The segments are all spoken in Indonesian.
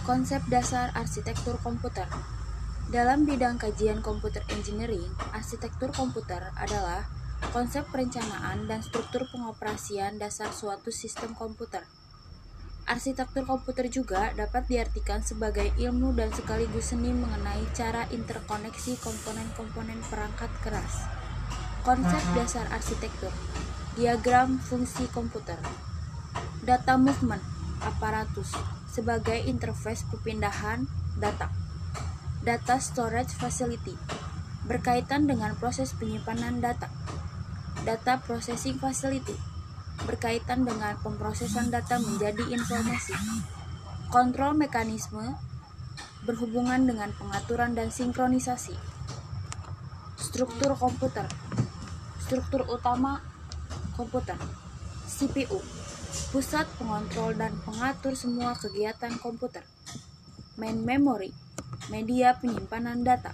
Konsep dasar arsitektur komputer. Dalam bidang kajian komputer engineering, arsitektur komputer adalah konsep perencanaan dan struktur pengoperasian dasar suatu sistem komputer. Arsitektur komputer juga dapat diartikan sebagai ilmu dan sekaligus seni mengenai cara interkoneksi komponen-komponen perangkat keras. Konsep dasar arsitektur. Diagram fungsi komputer. Data movement apparatus sebagai interface perpindahan data. Data storage facility berkaitan dengan proses penyimpanan data. Data processing facility berkaitan dengan pemrosesan data menjadi informasi. Kontrol mekanisme berhubungan dengan pengaturan dan sinkronisasi. Struktur komputer. Struktur utama komputer. CPU, pusat pengontrol dan pengatur semua kegiatan komputer. Main memory, media penyimpanan data.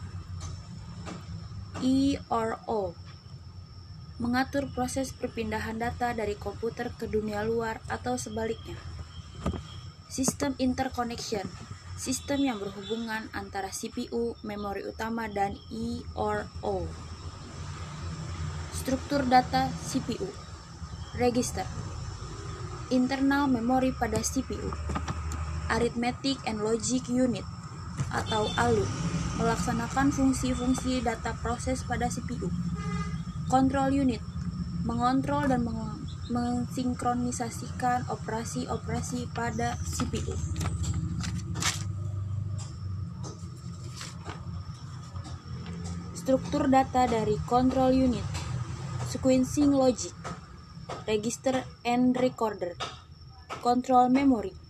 ERO, mengatur proses perpindahan data dari komputer ke dunia luar atau sebaliknya. Sistem interconnection, sistem yang berhubungan antara CPU, memori utama, dan ERO. Struktur data CPU. Register, internal memori pada CPU. Arithmetic and Logic Unit atau ALU, melaksanakan fungsi-fungsi data proses pada CPU. Control Unit, mengontrol dan mensinkronisasikan operasi-operasi pada CPU. Struktur data dari Control Unit. Sequencing Logic, Register and Recorder, Control Memory,